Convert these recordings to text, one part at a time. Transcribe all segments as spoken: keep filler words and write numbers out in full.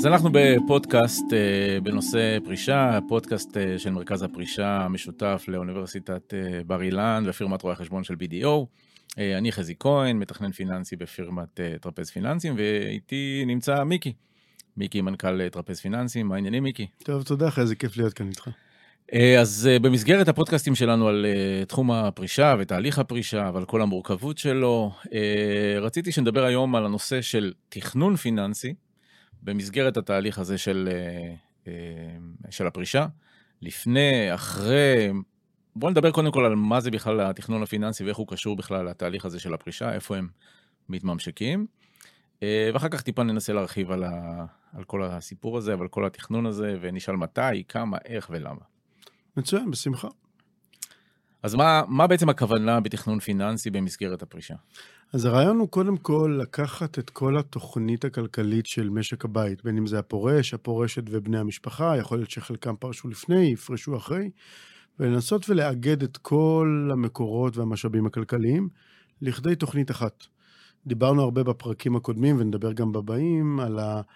אז אנחנו בפודקאסט בנושא פרישה, פודקאסט של מרכז הפרישה המשותף לאוניברסיטת בר אילן ופירמת רואי החשבון של בי די או. אני חזי כהן, מתכנן פיננסי בפירמת טרפז פיננסים, ואיתי נמצא מיקי. מיקי, מנכ"ל טרפז פיננסים. מה העניינים, מיקי? טוב, תודה, חזי, כיף להיות כאן איתך. אז במסגרת הפודקאסטים שלנו על תחום הפרישה ותהליך הפרישה ועל כל המורכבות שלו, רציתי שנדבר היום על הנושא של תכנון פיננסי, במסגרת התהליך הזה של, של הפרישה, לפני, אחרי, בואו נדבר קודם כל על מה זה בכלל התכנון הפיננסי, ואיך הוא קשור בכלל לתהליך הזה של הפרישה, איפה הם מתממשקים, ואחר כך טיפה ננסה להרחיב על, ה, על כל הסיפור הזה, ועל כל התכנון הזה, ונשאל מתי, כמה, איך ולמה. מצוין, בשמחה. אז מה, מה בעצם הכוונה בתכנון פיננסי במסגרת הפרישה? אז הרעיון הוא קודם כל לקחת את כל התוכנית הכלכלית של משק הבית, בין אם זה הפורש, הפורשת ובני המשפחה, יכול להיות שחלקם פרשו לפני, יפרשו אחרי, ולנסות ולאגד את כל המקורות והמשאבים הכלכליים לכדי תוכנית אחת. דיברנו הרבה בפרקים הקודמים, ונדבר גם בבאים, על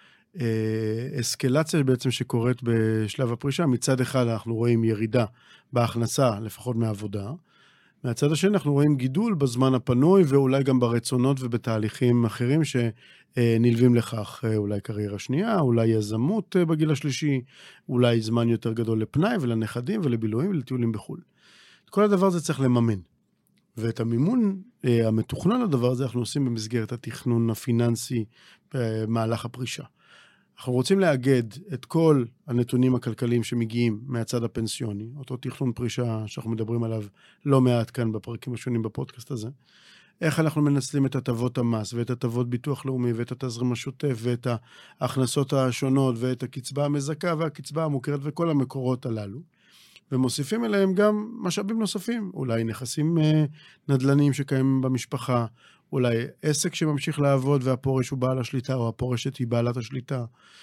האסקלציה בעצם שקורית בשלב הפרישה. מצד אחד אנחנו רואים ירידה בהכנסה, לפחות מעבודה, מהצד השני אנחנו רואים גידול בזמן הפנוי, ואולי גם ברצונות ובתהליכים אחרים שנלווים לכך, אולי קריירה שנייה, אולי יזמות בגיל השלישי, אולי זמן יותר גדול לפנאי ולנכדים ולבילויים ולטיולים בחול. את כל הדבר הזה צריך לממן. ואת המימון המתוכנן לדבר הזה אנחנו עושים במסגרת התכנון הפיננסי במהלך הפרישה. אנחנו רוצים לאגד את כל הנתונים הכלכליים שמגיעים מהצד הפנסיוני, אותו תכנון פרישה שאנחנו מדברים עליו לא מעט כאן בפרקים השונים בפודקאסט הזה. איך אנחנו מנצלים את הטבות המס ואת הטבות ביטוח לאומי ואת התזרים השוטף ואת ההכנסות השונות ואת הקצבה המזכה והקצבה המוכרת וכל המקורות הללו. ומוסיפים אליהם גם משאבים נוספים, אולי נכסים נדל"ניים שקיימים במשפחה, אולי עסק שממשיך לעבוד והפורש הוא בעל השליטה, או הפורשת היא בעלת השליטה,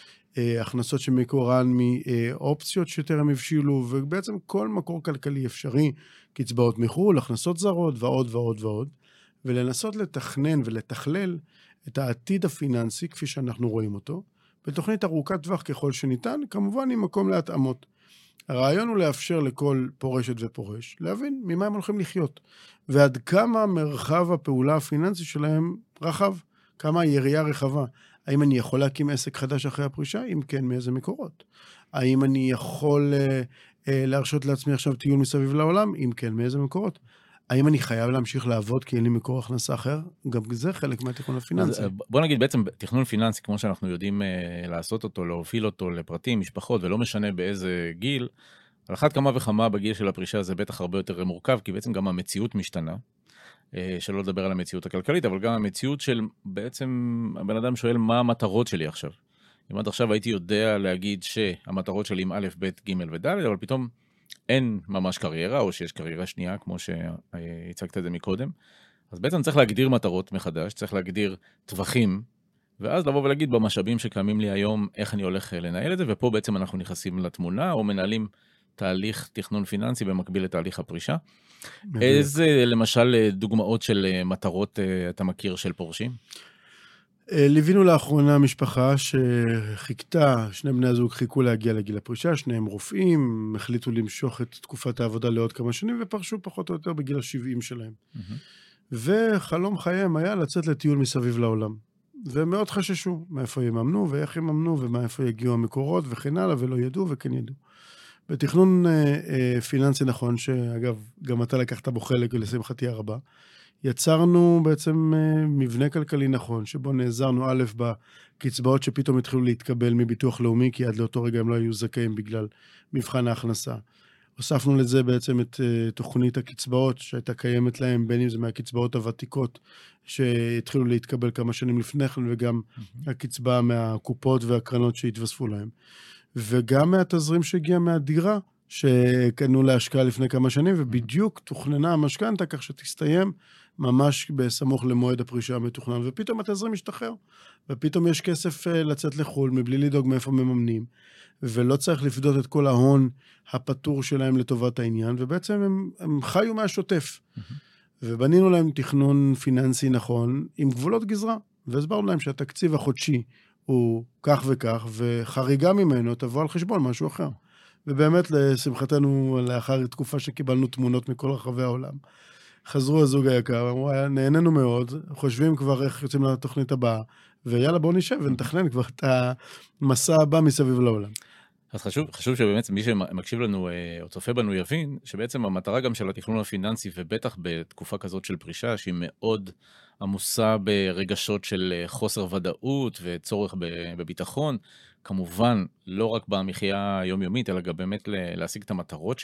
הכנסות שמקורן מאופציות שטרם הבשילו, ובעצם כל מקור כלכלי אפשרי, קצבאות מחול, הכנסות זרות ועוד ועוד ועוד, ולנסות לתכנן ולתכלל את העתיד הפיננסי כפי שאנחנו רואים אותו, בתוכנית ארוכת טווח ככל שניתן, כמובן עם מקום להתאמות. הרעיון הוא לאפשר לכל פורשת ופורש להבין ממה הם הולכים לחיות, ועד כמה מרחב הפעולה הפיננסי שלהם רחב, כמה היריעה רחבה. האם אני יכול להקים עסק חדש אחרי הפרישה? אם כן, מאיזה מקורות? האם אני יכול אה, אה, להרשות לעצמי עכשיו טיול מסביב לעולם? אם כן, מאיזה מקורות? האם אני חייב להמשיך לעבוד כי אין לי מקור הכנסה אחר? גם זה חלק מהתכנון הפיננסי. בוא נגיד בעצם תכנון פיננסי, כמו שאנחנו יודעים אה, לעשות אותו, להוביל אותו לפרטים, משפחות, ולא משנה באיזה גיל, על אחת כמה וכמה בגיל של הפרישה זה בטח הרבה יותר מורכב, כי בעצם גם המציאות משתנה, אה, שלא לדבר על המציאות הכלכלית, אבל גם המציאות של בעצם הבן אדם שואל מה המטרות שלי עכשיו. אם עד עכשיו הייתי יודע להגיד שהמטרות שלי עם א', ב', ג' וד', אבל פתאום אין ממש קריירה, או שיש קריירה שנייה, כמו שהצגת את זה מקודם. אז בעצם צריך להגדיר מטרות מחדש, צריך להגדיר טווחים, ואז לבוא ולהגיד במשאבים שקיימים לי היום, איך אני הולך לנהל את זה, ופה בעצם אנחנו נכנסים לתמונה, או מנהלים תהליך תכנון פיננסי במקביל לתהליך הפרישה. איזה, למשל, דוגמאות של מטרות אתה מכיר של פורשים? ליווינו לאחרונה משפחה שחיכתה, שני בני הזוג חיכו להגיע לגיל הפרישה, שניהם רופאים, החליטו למשוך את תקופת העבודה לעוד כמה שנים, ופרשו פחות או יותר בגיל ה-שבעים שלהם. Mm-hmm. וחלום חייהם היה לצאת לטיול מסביב לעולם. ומאוד חששו מאיפה יממנו, ואיך יממנו, ומאיפה יגיעו המקורות, וכן הלאה, ולא ידעו וכן ידעו. בתכנון אה, אה, פיננסי נכון, שאגב, גם אתה לקחת בו חלק ולשמחתי הרבה, יצרנו בעצם מבנה כלכלי נכון, שבו נעזרנו א' בקצבאות שפתאום התחילו להתקבל מביטוח לאומי, כי עד לאותו רגע הם לא היו זכאים בגלל מבחן ההכנסה. הוספנו לזה בעצם את תוכנית הקצבאות שהייתה קיימת להם, בין אם זה מהקצבאות הוותיקות שהתחילו להתקבל כמה שנים לפני כן, וגם mm-hmm. הקצבה מהקופות והקרנות שהתווספו להם. וגם מהתזרים שהגיע מהדירה, שקנו להשקעה לפני כמה שנים, ובדיוק תוכננה המשכנתה כך שתסתיים ממש בסמוך למועד הפרישה המתוכנן, ופתאום התזרים משתחרר, ופתאום יש כסף לצאת לחול, מבלי לדאוג מאיפה מממנים, ולא צריך לפדות את כל ההון הפטור שלהם לטובת העניין, ובעצם הם, הם חיו מהשוטף. Mm-hmm. ובנינו להם תכנון פיננסי נכון, עם גבולות גזרה, והסברנו להם שהתקציב החודשי הוא כך וכך, וחריגה ממנו תבוא על חשבון משהו אחר. ובאמת, לשמחתנו, לאחר תקופה שקיבלנו תמונות מכל רחבי העולם, חזרו הזוג היקר, אמרו, נהנינו מאוד, חושבים כבר איך יוצאים לתוכנית הבאה, ויאללה, בואו נשב ונתכנן כבר את המסע הבא מסביב לעולם. אז חשוב, חשוב שבאמת מי שמקשיב לנו או צופה בנו יבין, שבעצם המטרה גם של התכנון הפיננסי, ובטח בתקופה כזאת של פרישה, שהיא מאוד עמוסה ברגשות של חוסר ודאות וצורך בביטחון, כמובן לא רק במחיה היומיומית, אלא גם באמת להשיג את המטרות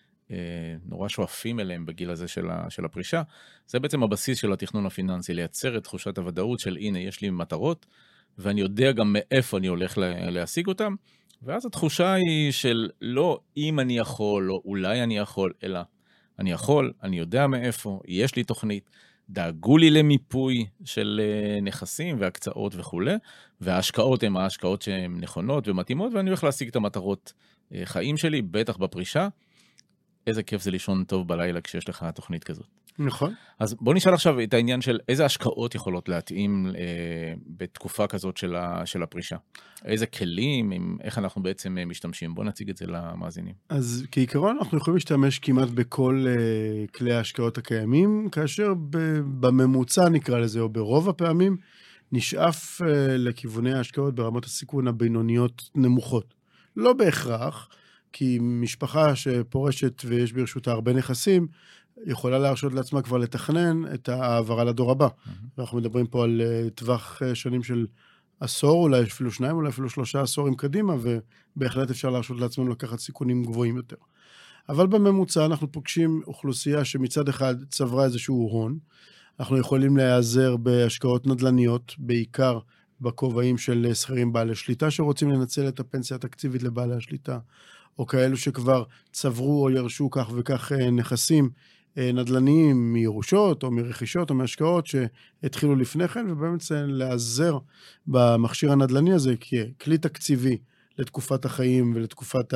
שנורא שואפים אליהם בגיל הזה של, של הפרישה. זה בעצם הבסיס של התכנון הפיננסי, לייצר את תחושת הוודאות של הנה יש לי מטרות, ואני יודע גם מאיפה אני הולך להשיג אותם, ואז התחושה היא של לא אם אני יכול או אולי אני יכול, אלא אני יכול, אני יודע מאיפה, יש לי תוכנית, דאגו לי למיפוי של נכסים והקצאות וכו', וההשקעות הן ההשקעות שהן נכונות ומתאימות, ואני הולך להשיג את המטרות חיים שלי, בטח בפרישה. איזה כיף זה לישון טוב בלילה כשיש לך תוכנית כזאת. נכון. אז בוא נשאל עכשיו את העניין של איזה השקעות יכולות להתאים אה, בתקופה כזאת של, ה, של הפרישה. איזה כלים, עם, איך אנחנו בעצם משתמשים. בוא נציג את זה למאזינים. אז כעיקרון אנחנו יכולים להשתמש כמעט בכל אה, כלי ההשקעות הקיימים, כאשר ב, בממוצע נקרא לזה, או ברוב הפעמים, נשאף אה, לכיווני ההשקעות ברמות הסיכון הבינוניות נמוכות. לא בהכרח, כי משפחה שפורשת ויש ברשותה הרבה נכסים, יכולה להרשות לעצמה כבר לתכנן את העברה לדור הבא. Mm-hmm. ואנחנו מדברים פה על טווח שנים של עשור, אולי אפילו שניים, אולי אפילו שלושה עשורים קדימה, ובהחלט אפשר להרשות לעצמנו לקחת סיכונים גבוהים יותר. אבל בממוצע אנחנו פוגשים אוכלוסייה שמצד אחד צברה איזשהו הון, אנחנו יכולים להיעזר בהשקעות נדל"ניות, בעיקר בכובעים של שכירים בעלי שליטה, שרוצים לנצל את הפנסיה התקציבית לבעלי השליטה, או כאלו שכבר צברו או ירשו כך וכך נכסים נדל"ניים מירושות או מרכישות או מהשקעות שהתחילו לפני כן, ובאמת להיעזר במכשיר הנדל"ני הזה ככלי תקציבי לתקופת החיים ולתקופת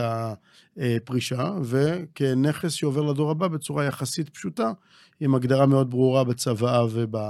הפרישה, וכנכס שעובר לדור הבא בצורה יחסית פשוטה, עם הגדרה מאוד ברורה בצוואה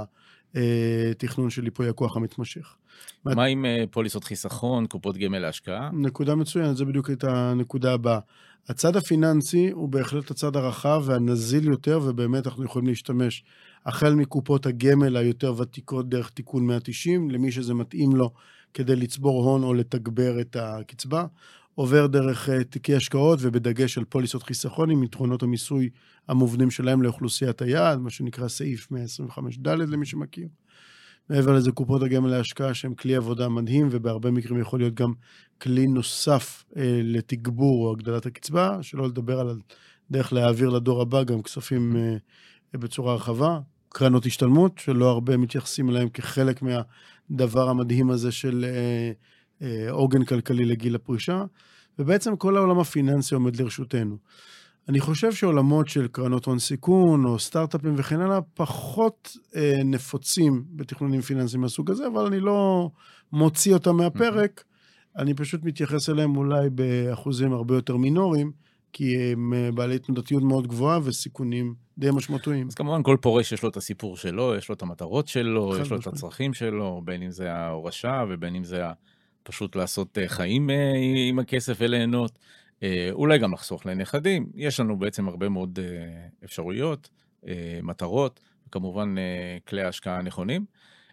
ובתכנון של ייפוי הכוח המתמשך. מה עם פוליסות חיסכון, קופות גמל להשקעה? נקודה מצוינת, זה בדיוק את הנקודה הבאה. הצד הפיננסי הוא בהחלט הצד הרחב והנזיל יותר, ובאמת אנחנו יכולים להשתמש החל מקופות הגמל היותר ותיקות דרך תיקון מאה תשעים, למי שזה מתאים לו כדי לצבור הון או לתגבר את הקצבה, עובר דרך תיקי השקעות ובדגש על פוליסות חיסכון עם יתרונות המיסוי המובנים שלהם לאוכלוסיית היעד, מה שנקרא סעיף מאה עשרים וחמש ד' למי שמכיר. מעבר לזה קופות הגמל להשקעה שהם כלי עבודה מדהים, ובהרבה מקרים יכול להיות גם כלי נוסף אה, לתגבור או הגדלת הקצבה, שלא לדבר על דרך להעביר לדור הבא גם כספים אה, בצורה רחבה, קרנות השתלמות, שלא הרבה מתייחסים אליהם כחלק מהדבר המדהים הזה של אה, אה, עוגן כלכלי לגיל הפרישה, ובעצם כל העולם הפיננסי עומד לרשותנו. אני חושב שעולמות של קרנות הון סיכון או סטארט-אפים וכן הלאה פחות אה, נפוצים בתכנונים פיננסיים מהסוג הזה, אבל אני לא מוציא אותם מהפרק, mm-hmm. אני פשוט מתייחס אליהם אולי באחוזים הרבה יותר מינוריים, כי הם בעלי תנודתיות מאוד גבוהה וסיכונים די משמעותיים. אז כמובן כל פורש יש לו את הסיפור שלו, יש לו את המטרות שלו, יש לו את הצרכים שלו, בין אם זה ההורשה ובין אם זה פשוט לעשות חיים עם הכסף וליהנות. אולי גם לחסוך לנכדים, יש לנו בעצם הרבה מאוד אפשרויות, מטרות, וכמובן כלי ההשקעה הנכונים.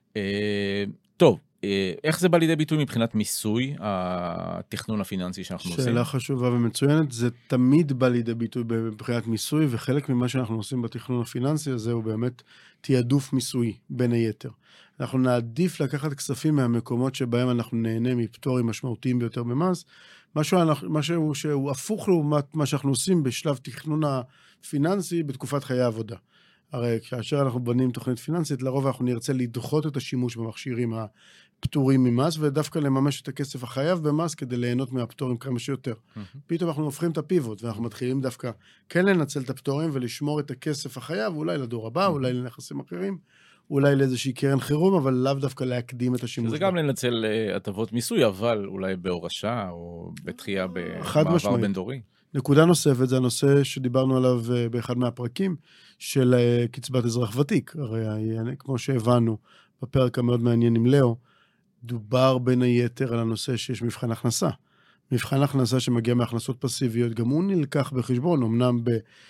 טוב, איך זה בא לידי ביטוי מבחינת מיסוי, התכנון הפיננסי שאנחנו עושים? שאלה חשובה ומצוינת, זה תמיד בא לידי ביטוי מבחינת מיסוי, וחלק ממה שאנחנו עושים בתכנון הפיננסי הזה הוא באמת תיעדוף מיסוי בין היתר. אנחנו נעדיף לקחת כספים מהמקומות שבהם אנחנו נהנה מפטורים משמעותיים ביותר במס, משהו, משהו שהוא הפוך לעומת מה שאנחנו עושים בשלב תכנון הפיננסי בתקופת חיי העבודה. הרי כאשר אנחנו בנים תוכנית פיננסית, לרוב אנחנו נרצה לדחות את השימוש במכשירים הפטורים ממס, ודווקא לממש את הכסף החייב במס כדי ליהנות מהפטורים כמה שיותר. Mm-hmm. פתאום אנחנו הופכים את הפיבוט, ואנחנו מתחילים דווקא כן לנצל את הפטורים ולשמור את הכסף החייב, אולי לדור הבא, mm-hmm. אולי לנכסים אחרים, אולי לאיזושהי קרן חירום, אבל לאו דווקא להקדים את השימוש. זה גם לנצל הטבות מיסוי, אבל אולי בהורשה או בתחייה במעבר בין דורי. נקודה נוספת, זה הנושא שדיברנו עליו באחד מהפרקים של קצבת אזרח ותיק. הרי כמו שהבנו בפרק המאוד מעניין עם לאו, דובר בין היתר על הנושא שיש מבחן הכנסה. מבחן הכנסה שמגיע מהכנסות פסיביות, גם הוא נלקח בחשבון, אמנם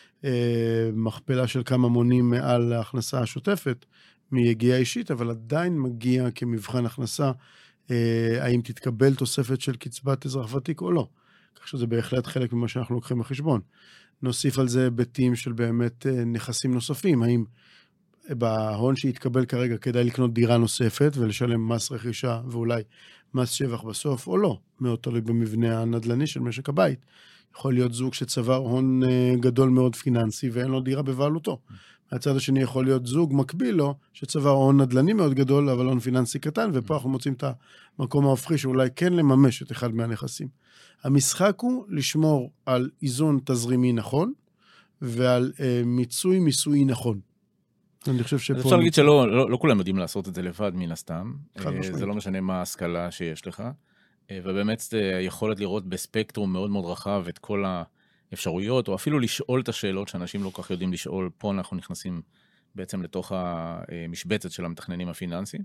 במכפלה של כמה מונים מעל ההכנסה השוטפת מיגיעה אישית, אבל עדיין מגיע כמבחן הכנסה, האם תתקבל תוספת של קצבת אזרח ותיק או לא. כך שזה בהחלט חלק ממה שאנחנו לוקחים בחשבון. נוסיף על זה היבטים של באמת נכסים נוספים, האם בהון שהתקבל כרגע כדאי לקנות דירה נוספת ולשלם מס רכישה ואולי מס שבח בסוף או לא, מאוד תלוי במבנה הנדל"ני של משק הבית. יכול להיות זוג שצבר הון גדול מאוד פיננסי ואין לו דירה בבעלותו. מהצד השני יכול להיות זוג מקביל לו שצבר הון נדל"ני מאוד גדול אבל הון פיננסי קטן, ופה אנחנו מוצאים את המקום ההופכי שאולי כן לממש את אחד מהנכסים. המשחק הוא לשמור על איזון תזרימי נכון ועל אה, מיצוי מיסוי נכון. אני חושב שפה... אפשר להגיד שלא לא, לא כולם יודעים לעשות את זה לבד מן הסתם. חד משמעית. זה לא משנה מה ההשכלה שיש לך. ובאמת יכולת לראות בספקטרום מאוד מאוד רחב את כל האפשרויות, או אפילו לשאול את השאלות שאנשים לא כך יודעים לשאול. פה אנחנו נכנסים בעצם לתוך המשבצת של המתכננים הפיננסיים.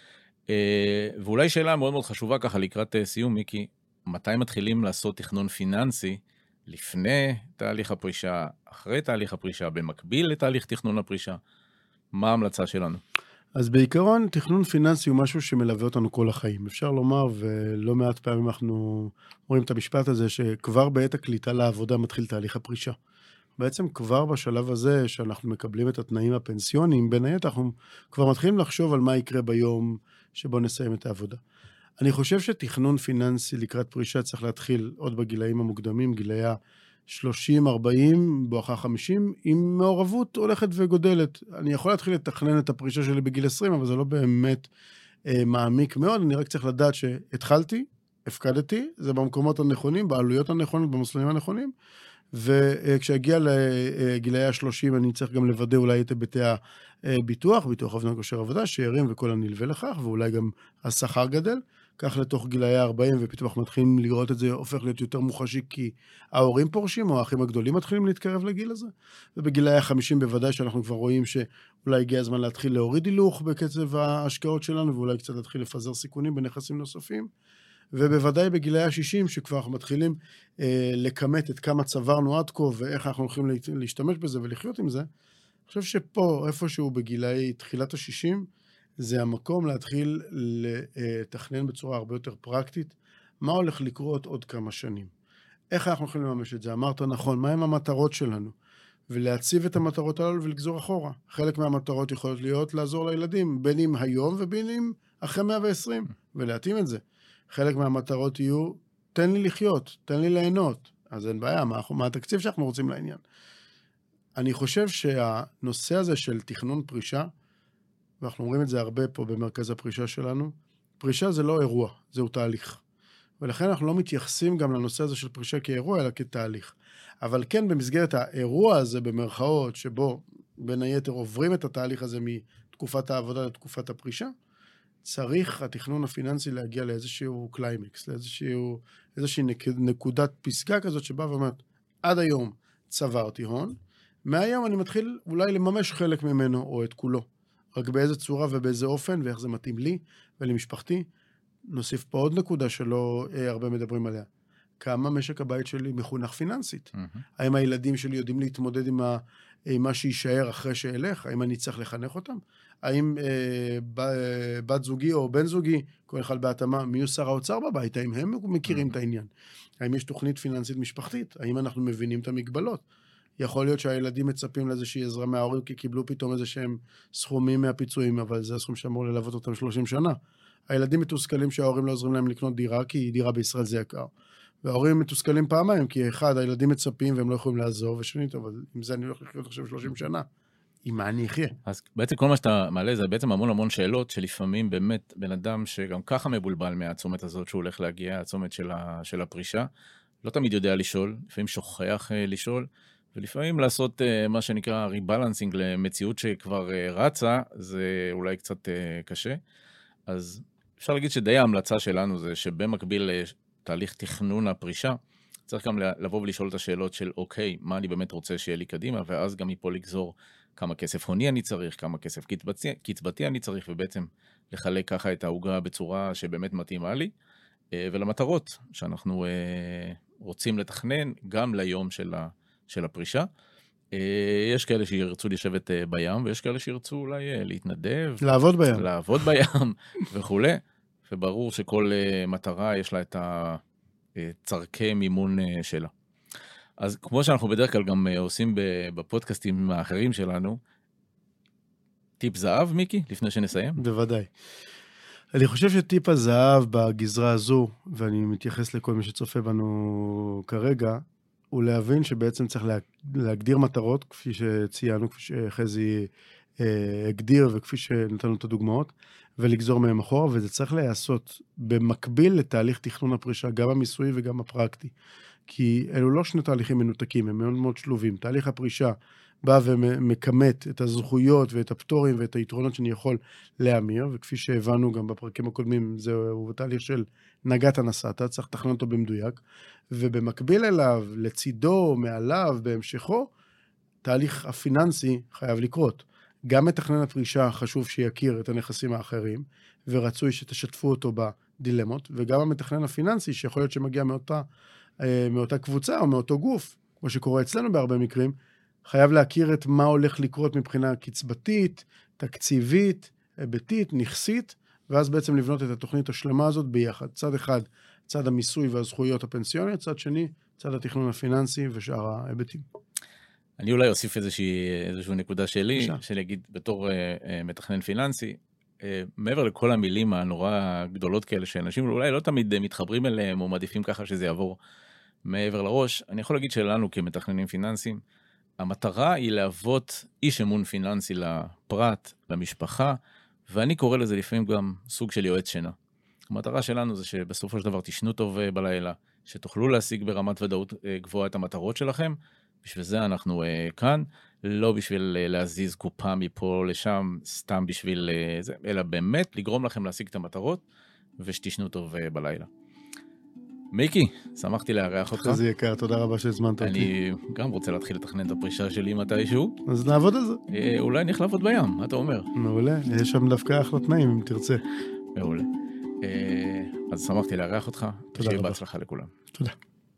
ואולי שאלה מאוד מאוד חשובה ככה לקראת סיום, מיקי, מתי מתחילים לעשות תכנון פיננסי לפני תהליך הפרישה, אחרי תהליך הפרישה, במקביל לתהליך תכנון הפרישה? מה ההמלצה שלנו? אז בעיקרון, תכנון פיננסי הוא משהו שמלווה אותנו כל החיים. אפשר לומר, ולא מעט פעמים אנחנו אומרים את המשפט הזה, שכבר בעת הקליטה לעבודה מתחיל תהליך הפרישה. בעצם כבר בשלב הזה, שאנחנו מקבלים את התנאים הפנסיוניים, בין היתר אנחנו כבר מתחילים לחשוב על מה יקרה ביום שבו נסיים את העבודה. אני חושב שתכנון פיננסי לקראת פרישה צריך להתחיל עוד בגילאים המוקדמים, גילאי שלושים ארבעים, בואכה חמישים, עם מעורבות הולכת וגודלת. אני יכול להתחיל לתכנן את הפרישה שלי בגיל עשרים, אבל זה לא באמת אה, מעמיק מאוד. אני רק צריך לדעת שהתחלתי, הפקדתי, זה במקומות הנכונים, בעלויות הנכונות, במסלולים הנכונים, וכשהגיע לגילאי ה-שלושים, אני צריך גם לוודא אולי את היבטי הביטוח, ביטוח אובדן כושר עבודה, שאירים וכל הנלווה לכך, ואולי גם השכר גדל. כך לתוך גילאי ה-ארבעים, ופתאום אנחנו מתחילים לראות את זה, הופך להיות יותר מוחשי, כי ההורים פורשים, או האחים הגדולים מתחילים להתקרב לגיל הזה. ובגילאי ה-חמישים בוודאי שאנחנו כבר רואים שאולי הגיע הזמן להתחיל להוריד הילוך בקצב ההשקעות שלנו, ואולי קצת להתחיל לפזר סיכונים בנכסים נוספים. ובוודאי בגילאי ה-שישים, שכבר אנחנו מתחילים אה, לקמת את כמה צברנו עד כה, ואיך אנחנו הולכים להשתמש בזה ולחיות עם זה. אני חושב שפה, איפשהו בגילאי תחילת ה-שישים, זה המקום להתחיל לתכנן בצורה הרבה יותר פרקטית, מה הולך לקרות עוד כמה שנים. איך אנחנו יכולים לממש את זה? אמרת נכון, מהם המטרות שלנו? ולהציב את המטרות הללו ולגזור אחורה. חלק מהמטרות יכולות להיות לעזור לילדים, בין אם היום ובין אם אחרי מאה ועשרים, ולהתאים את זה. חלק מהמטרות יהיו, תן לי לחיות, תן לי ליהנות. אז אין בעיה, מה, מה התקציב שאנחנו רוצים לעניין? אני חושב שהנושא הזה של תכנון פרישה, ואנחנו אומרים את זה הרבה פה במרכז הפרישה שלנו, פרישה זה לא אירוע, זהו תהליך. ולכן אנחנו לא מתייחסים גם לנושא הזה של פרישה כאירוע, אלא כתהליך. אבל כן, במסגרת האירוע הזה, במרכאות, שבו בין היתר עוברים את התהליך הזה מתקופת העבודה לתקופת הפרישה, צריך התכנון הפיננסי להגיע לאיזשהו קליימקס, לאיזשהו, איזושהי נקודת פסקה כזאת שבאה ואומרת, עד היום צברתי הון, מהיום אני מתחיל אולי לממש חלק ממנו או את כולו. רק באיזה צורה ובאיזה אופן ואיך זה מתאים לי ולמשפחתי. נוסיף פה עוד נקודה שלא אה, הרבה מדברים עליה. כמה משק הבית שלי מחונך פיננסית? Mm-hmm. האם הילדים שלי יודעים להתמודד עם, ה, עם מה שישאר אחרי שאלך? האם אני צריך לחנך אותם? האם אה, ב, אה, בת זוגי או בן זוגי, כל אחד בהתאמה, מי הוא שר האוצר בבית? האם הם מכירים mm-hmm. את העניין? האם יש תוכנית פיננסית משפחתית? האם אנחנו מבינים את המגבלות? יכול להיות שהילדים מצפים לאיזושהי עזרה מההורים, כי קיבלו פתאום איזה שהם סכומים מהפיצויים, אבל זה הסכום שאמור ללוות אותם שלושים שנה. הילדים מתוסכלים שההורים לא עוזרים להם לקנות דירה, כי דירה בישראל זה יקר. וההורים מתוסכלים פעמיים, כי אחד, הילדים מצפים והם לא יכולים לעזור, ושנית, אבל עם זה אני הולך לחיות עכשיו שלושים שנה. עם מה אני אחיה? אז בעצם כל מה שאתה מעלה זה בעצם המון המון שאלות, שלפעמים באמת בן אדם שגם ככה מבולבל מהצומת הזאת שהוא הולך להגיע, הצומת של, ה, של הפרישה, לא תמיד יודע לשאול, לפעמים שוכח לשאול, ולפעמים לעשות uh, מה שנקרא ריבלנסינג למציאות שכבר uh, רצה, זה אולי קצת uh, קשה. אז אפשר להגיד שדי ההמלצה שלנו זה שבמקביל לתהליך תכנון הפרישה, צריך גם לבוא ולשאול את השאלות של אוקיי, מה אני באמת רוצה שיהיה לי קדימה, ואז גם מפה לגזור כמה כסף הוני אני צריך, כמה כסף קצבתי, קצבתי אני צריך, ובעצם לחלק ככה את העוגה בצורה שבאמת מתאימה לי, ולמטרות שאנחנו רוצים לתכנן גם ליום של, ה, של הפרישה. יש כאלה שירצו לשבת בים, ויש כאלה שירצו אולי להתנדב. לעבוד בים. לעבוד בים וכו'. וברור שכל מטרה יש לה את הצרכי מימון שלה. אז כמו שאנחנו בדרך כלל גם עושים בפודקאסטים האחרים שלנו, טיפ זהב, מיקי, לפני שנסיים? בוודאי. אני חושב שטיפ הזהב בגזרה הזו, ואני מתייחס לכל מי שצופה בנו כרגע, הוא להבין שבעצם צריך להגדיר מטרות, כפי שציינו, כפי שחזי הגדיר, וכפי שנתנו את הדוגמאות, ולגזור מהם אחורה, וזה צריך להיעשות במקביל לתהליך תכנון הפרישה, גם המיסוי וגם הפרקטי. כי אלו לא שני תהליכים מנותקים, הם מאוד מאוד שלובים. תהליך הפרישה בא ומקמת את הזכויות ואת הפטורים ואת היתרונות שאני יכול להמיר, וכפי שהבנו גם בפרקים הקודמים, זהו תהליך של נגעת נסעת, צריך לתכנן אותו במדויק, ובמקביל אליו, לצידו, מעליו, בהמשכו, תהליך הפיננסי חייב לקרות. גם מתכנן הפרישה חשוב שיכיר את הנכסים האחרים, ורצוי שתשתפו אותו בדילמות, וגם המתכנן הפיננסי, שיכול להיות שמגיע מאותה, מאותה קבוצה או מאותו גוף, כמו שקורה אצלנו בהרבה מקרים, חייב להכיר את מה הולך לקרות מבחינה קצבתית, תקציבית, היבטית, נכסית, ואז בעצם לבנות את התוכנית השלמה הזאת ביחד. צד אחד, צד המיסוי והזכויות הפנסיוניות, צד שני, צד התכנון הפיננסי ושאר ההיבטים. אני אולי אוסיף איזושהי, איזושהי נקודה שלי, שאני אגיד בתור אה, מתכנן פיננסי, אה, מעבר לכל המילים הנורא גדולות כאלה, שאנשים אולי לא תמיד מתחברים אליהם, או מעדיפים ככה שזה יעבור מעבר לראש, אני יכול להגיד שלנו כמתכננים פיננסיים, המטרה היא להוות איש אמון פיננסי לפרט, למשפחה, ואני קורא לזה לפעמים גם סוג של יועץ שינה. המטרה שלנו זה שבסופו של דבר תשנו טוב בלילה, שתוכלו להשיג ברמת ודאות גבוהה את המטרות שלכם, בשביל זה אנחנו uh, כאן, לא בשביל uh, להזיז קופה מפה לשם, סתם בשביל uh, זה, אלא באמת לגרום לכם להשיג את המטרות, ושתשנו טוב uh, בלילה. מיקי, שמחתי לארח אותך. חזי יקר, תודה רבה שהזמנת אותי. אני גם רוצה להתחיל לתכנן את הפרישה שלי מתישהו. אז נעבוד על זה. Uh, אולי נלך לעבוד בים, מה אתה אומר? מעולה, יש שם דווקא אחלה תנאים אם תרצה. מעולה. Uh, אז שמחתי לארח אותך. תודה רבה. בהצלחה לכולם. תודה.